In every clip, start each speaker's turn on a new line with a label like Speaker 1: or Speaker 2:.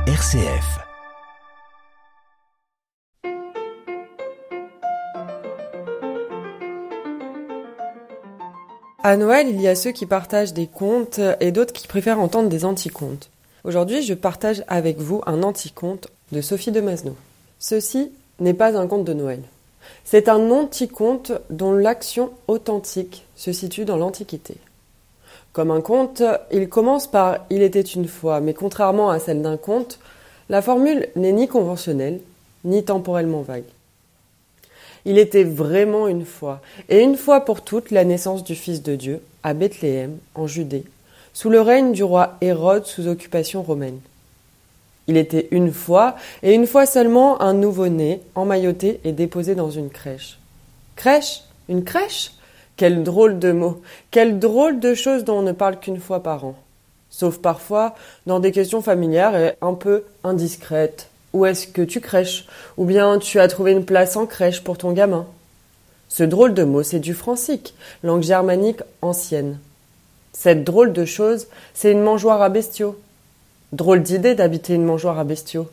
Speaker 1: RCF.
Speaker 2: À Noël, il y a ceux qui partagent des contes et d'autres qui préfèrent entendre des anti-contes. Aujourd'hui, je partage avec vous un anti-conte de Sophie de Masno. Ceci n'est pas un conte de Noël. C'est un anti-conte dont l'action authentique se situe dans l'Antiquité. Comme un conte, il commence par « Il était une fois », mais contrairement à celle d'un conte, la formule n'est ni conventionnelle, ni temporellement vague. Il était vraiment une fois, et une fois pour toutes, la naissance du Fils de Dieu, à Bethléem, en Judée, sous le règne du roi Hérode sous occupation romaine. Il était une fois, et une fois seulement, un nouveau-né, emmailloté et déposé dans une crèche. Crèche ? Une crèche ? Quel drôle de mot, quelle drôle de chose dont on ne parle qu'une fois par an. Sauf parfois dans des questions familières et un peu indiscrètes. Où est-ce que tu crèches ? Ou bien tu as trouvé une place en crèche pour ton gamin ? Ce drôle de mot, c'est du francique, langue germanique ancienne. Cette drôle de chose, c'est une mangeoire à bestiaux. Drôle d'idée d'habiter une mangeoire à bestiaux.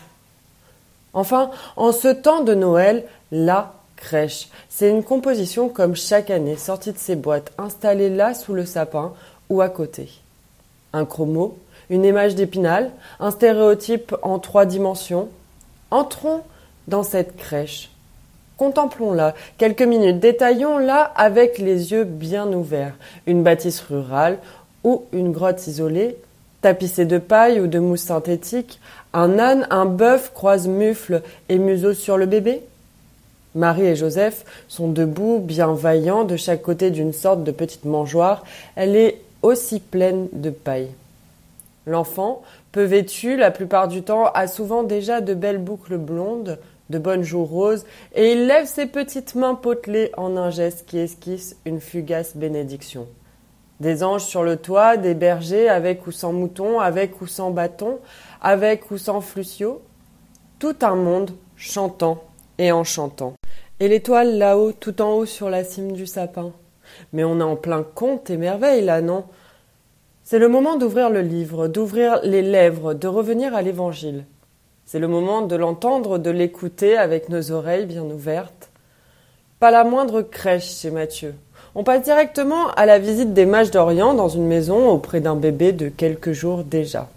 Speaker 2: Enfin, en ce temps de Noël, la crèche, c'est une composition comme chaque année, sortie de ses boîtes, installée là sous le sapin ou à côté. Un chromo, une image d'Épinal, un stéréotype en 3 dimensions. Entrons dans cette crèche. Contemplons-la quelques minutes, détaillons-la avec les yeux bien ouverts. Une bâtisse rurale ou une grotte isolée, tapissée de paille ou de mousse synthétique, un âne, un bœuf croisent mufle et museau sur le bébé. Marie et Joseph sont debout, bien vaillants, de chaque côté d'une sorte de petite mangeoire. Elle est aussi pleine de paille. L'enfant, peu vêtu, la plupart du temps, a souvent déjà de belles boucles blondes, de bonnes joues roses, et il lève ses petites mains potelées en un geste qui esquisse une fugace bénédiction. Des anges sur le toit, des bergers avec ou sans moutons, avec ou sans bâtons, avec ou sans fluciaux. Tout un monde chantant et en chantant. Et l'étoile là-haut, tout en haut sur la cime du sapin. Mais on est en plein conte et merveille là, non ? C'est le moment d'ouvrir le livre, d'ouvrir les lèvres, de revenir à l'évangile. C'est le moment de l'entendre, de l'écouter avec nos oreilles bien ouvertes. Pas la moindre crèche chez Matthieu. On passe directement à la visite des mages d'Orient dans une maison auprès d'un bébé de quelques jours déjà.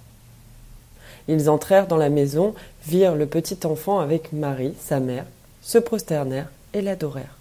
Speaker 2: Ils entrèrent dans la maison, virent le petit enfant avec Marie, sa mère, se prosternèrent et l'adorèrent.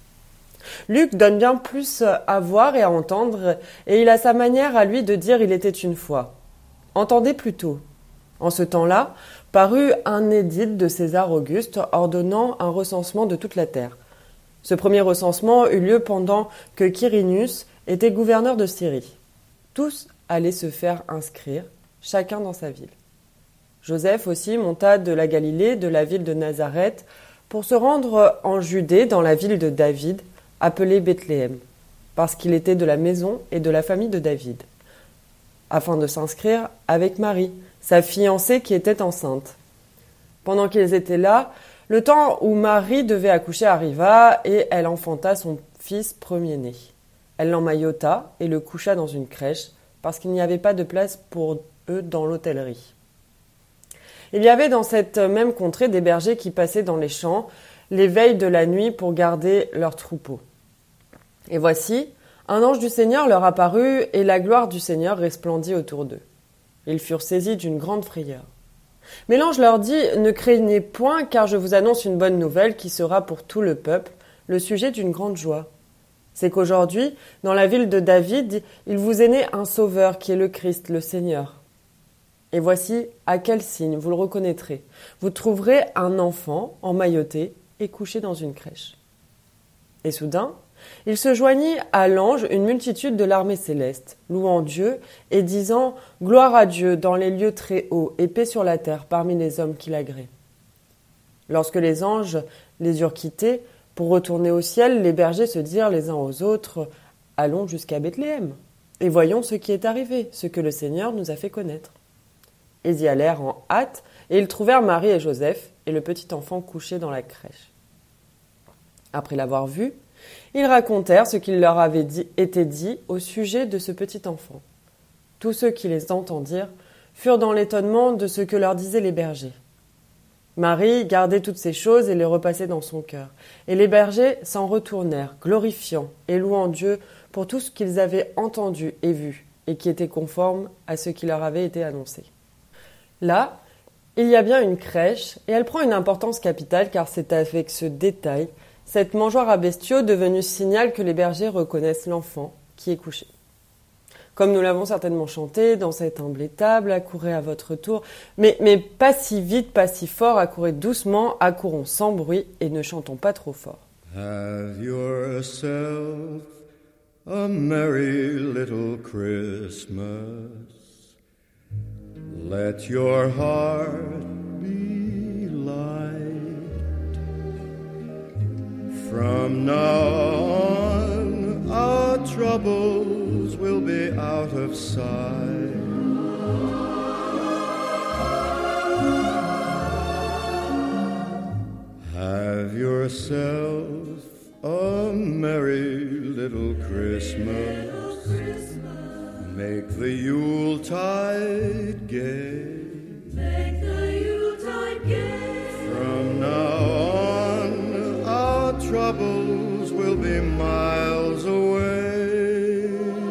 Speaker 2: Luc donne bien plus à voir et à entendre, et il a sa manière à lui de dire « il était une fois ». Entendez plutôt. En ce temps-là, parut un édit de César Auguste ordonnant un recensement de toute la terre. Ce premier recensement eut lieu pendant que Quirinius était gouverneur de Syrie. Tous allaient se faire inscrire, chacun dans sa ville. Joseph aussi monta de la Galilée, de la ville de Nazareth, pour se rendre en Judée, dans la ville de David, appelée Bethléem, parce qu'il était de la maison et de la famille de David, afin de s'inscrire avec Marie, sa fiancée qui était enceinte. Pendant qu'ils étaient là, le temps où Marie devait accoucher arriva et elle enfanta son fils premier-né. Elle l'emmaillota et le coucha dans une crèche, parce qu'il n'y avait pas de place pour eux dans l'hôtellerie. Il y avait dans cette même contrée des bergers qui passaient dans les champs les veilles de la nuit pour garder leurs troupeaux. Et voici, un ange du Seigneur leur apparut, et la gloire du Seigneur resplendit autour d'eux. Ils furent saisis d'une grande frayeur. Mais l'ange leur dit « Ne craignez point, car je vous annonce une bonne nouvelle qui sera pour tout le peuple le sujet d'une grande joie. C'est qu'aujourd'hui, dans la ville de David, il vous est né un sauveur qui est le Christ, le Seigneur. Et voici à quel signe vous le reconnaîtrez. Vous trouverez un enfant emmailloté et couché dans une crèche. » Et soudain, il se joignit à l'ange une multitude de l'armée céleste, louant Dieu et disant « Gloire à Dieu dans les lieux très hauts et paix sur la terre parmi les hommes qui l'agréent. » Lorsque les anges les eurent quittés, pour retourner au ciel, les bergers se dirent les uns aux autres « Allons jusqu'à Bethléem et voyons ce qui est arrivé, ce que le Seigneur nous a fait connaître. » Ils y allèrent en hâte et ils trouvèrent Marie et Joseph et le petit enfant couché dans la crèche. Après l'avoir vu, ils racontèrent ce qu'il leur avait été dit au sujet de ce petit enfant. Tous ceux qui les entendirent furent dans l'étonnement de ce que leur disaient les bergers. Marie gardait toutes ces choses et les repassait dans son cœur. Et les bergers s'en retournèrent, glorifiant et louant Dieu pour tout ce qu'ils avaient entendu et vu, et qui était conforme à ce qui leur avait été annoncé. Là, il y a bien une crèche, et elle prend une importance capitale car c'est avec ce détail, cette mangeoire à bestiaux devenue signal que les bergers reconnaissent l'enfant qui est couché. Comme nous l'avons certainement chanté, dans cette humble étable, accourez à votre tour, mais pas si vite, pas si fort, accourez doucement, accourons sans bruit et ne chantons pas trop fort.
Speaker 1: Have yourself a merry little Christmas. Let your heart be light. From now on, our troubles will be out of sight. Have yourself a merry little Christmas. Make the Yuletide gay.
Speaker 3: Make the Yuletide gay.
Speaker 1: From now on, our troubles will be miles away.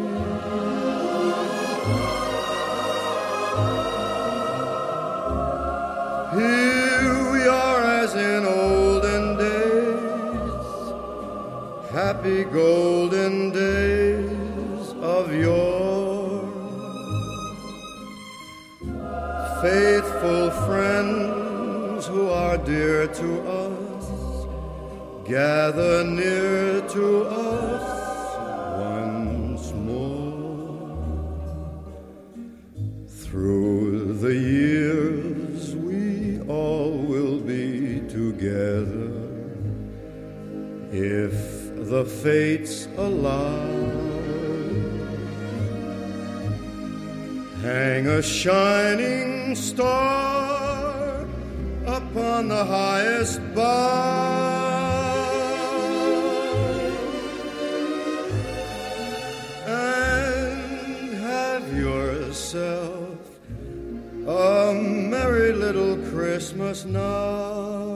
Speaker 1: Here we are as in olden days, happy golden days of yore. Faithful friends who are dear to us, gather near to us once more. Through the years we all will be together, if the fates allow. Hang a shining star upon the highest bough, and have yourself a merry little Christmas now.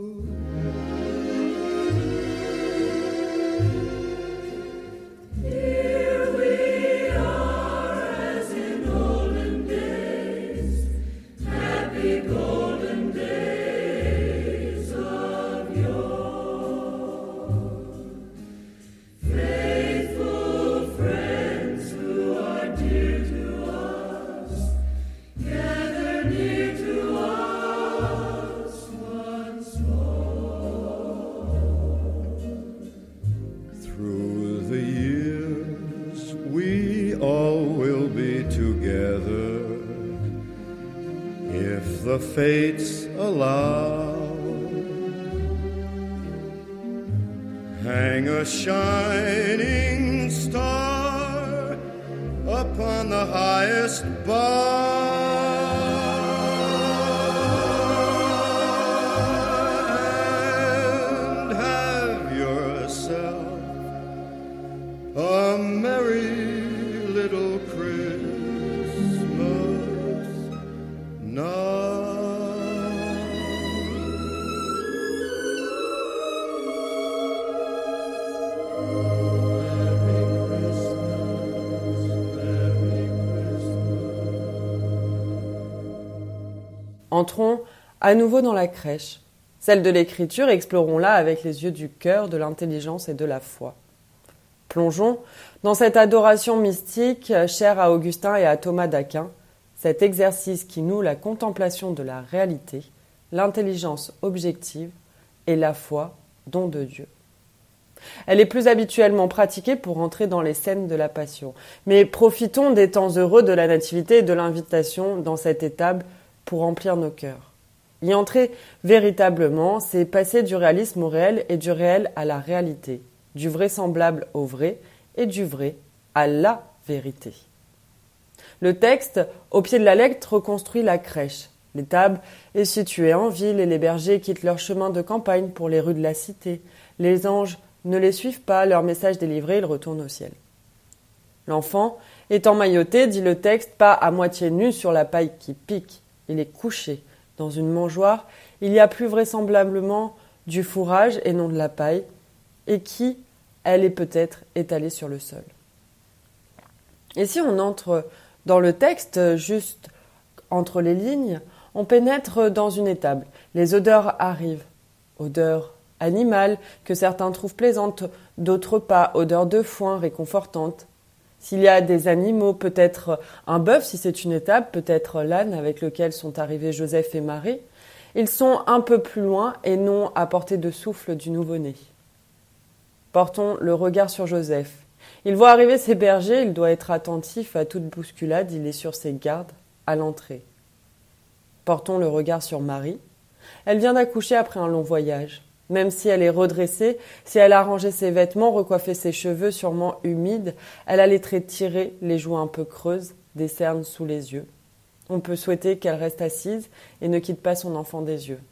Speaker 1: The fates allow. Hang a shining star upon the highest bough, and have yourself a merry little Christmas now.
Speaker 2: Entrons à nouveau dans la crèche, celle de l'écriture, explorons-la avec les yeux du cœur, de l'intelligence et de la foi. Plongeons dans cette adoration mystique chère à Augustin et à Thomas d'Aquin, cet exercice qui noue la contemplation de la réalité, l'intelligence objective et la foi, don de Dieu. Elle est plus habituellement pratiquée pour entrer dans les scènes de la Passion, mais profitons des temps heureux de la Nativité et de l'invitation dans cette étable pour remplir nos cœurs. Y entrer véritablement, c'est passer du réalisme au réel et du réel à la réalité, du vraisemblable au vrai et du vrai à la vérité. Le texte, au pied de la lettre, reconstruit la crèche. L'étable est située en ville et les bergers quittent leur chemin de campagne pour les rues de la cité. Les anges ne les suivent pas, leur message délivré, ils retournent au ciel. L'enfant est emmailloté, dit le texte, pas à moitié nu sur la paille qui pique. Il est couché dans une mangeoire. Il y a plus vraisemblablement du fourrage et non de la paille, et qui, elle est peut-être étalée sur le sol. Et si on entre dans le texte, juste entre les lignes, on pénètre dans une étable. Les odeurs arrivent. Odeurs animales, que certains trouvent plaisantes, d'autres pas. Odeurs de foin réconfortantes. S'il y a des animaux, peut-être un bœuf si c'est une étable, peut-être l'âne avec lequel sont arrivés Joseph et Marie. Ils sont un peu plus loin et non à portée de souffle du nouveau-né. Portons le regard sur Joseph. Il voit arriver ses bergers, il doit être attentif à toute bousculade, il est sur ses gardes à l'entrée. Portons le regard sur Marie. Elle vient d'accoucher après un long voyage. Même si elle est redressée, si elle a rangé ses vêtements, recoiffé ses cheveux sûrement humides, elle a les traits tirés, les joues un peu creuses, des cernes sous les yeux. On peut souhaiter qu'elle reste assise et ne quitte pas son enfant des yeux.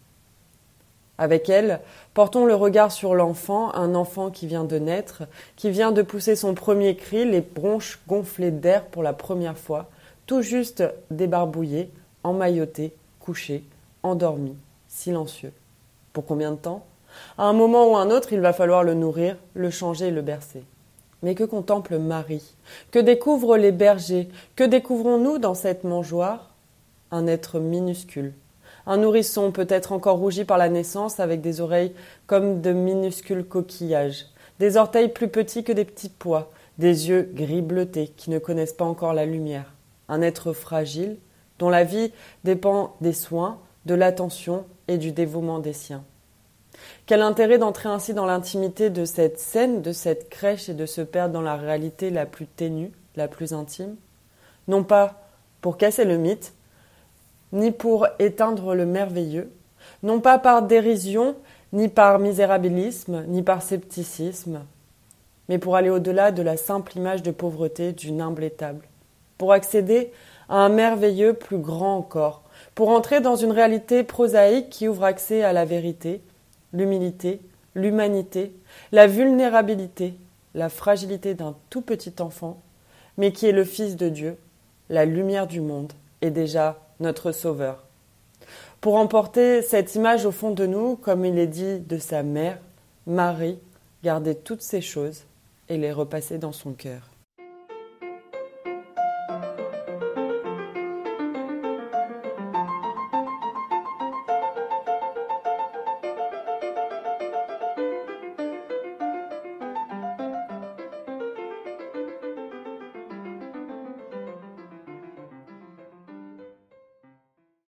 Speaker 2: Avec elle, portons le regard sur l'enfant, un enfant qui vient de naître, qui vient de pousser son premier cri, les bronches gonflées d'air pour la première fois, tout juste débarbouillé, emmailloté, couché, endormi, silencieux. Pour combien de temps ? À un moment ou un autre, il va falloir le nourrir, le changer et le bercer. Mais que contemple Marie ? Que découvrent les bergers ? Que découvrons-nous dans cette mangeoire ? Un être minuscule. Un nourrisson peut-être encore rougi par la naissance avec des oreilles comme de minuscules coquillages, des orteils plus petits que des petits pois, des yeux gris bleutés qui ne connaissent pas encore la lumière. Un être fragile dont la vie dépend des soins, de l'attention et du dévouement des siens. Quel intérêt d'entrer ainsi dans l'intimité de cette scène, de cette crèche et de se perdre dans la réalité la plus ténue, la plus intime ? Non pas pour casser le mythe, ni pour éteindre le merveilleux, non pas par dérision, ni par misérabilisme, ni par scepticisme, mais pour aller au-delà de la simple image de pauvreté d'une humble étable, pour accéder à un merveilleux plus grand encore, pour entrer dans une réalité prosaïque qui ouvre accès à la vérité, l'humilité, l'humanité, la vulnérabilité, la fragilité d'un tout petit enfant, mais qui est le Fils de Dieu, la lumière du monde, et déjà notre Sauveur. Pour emporter cette image au fond de nous, comme il est dit de sa mère, Marie gardait toutes ces choses et les repassait dans son cœur.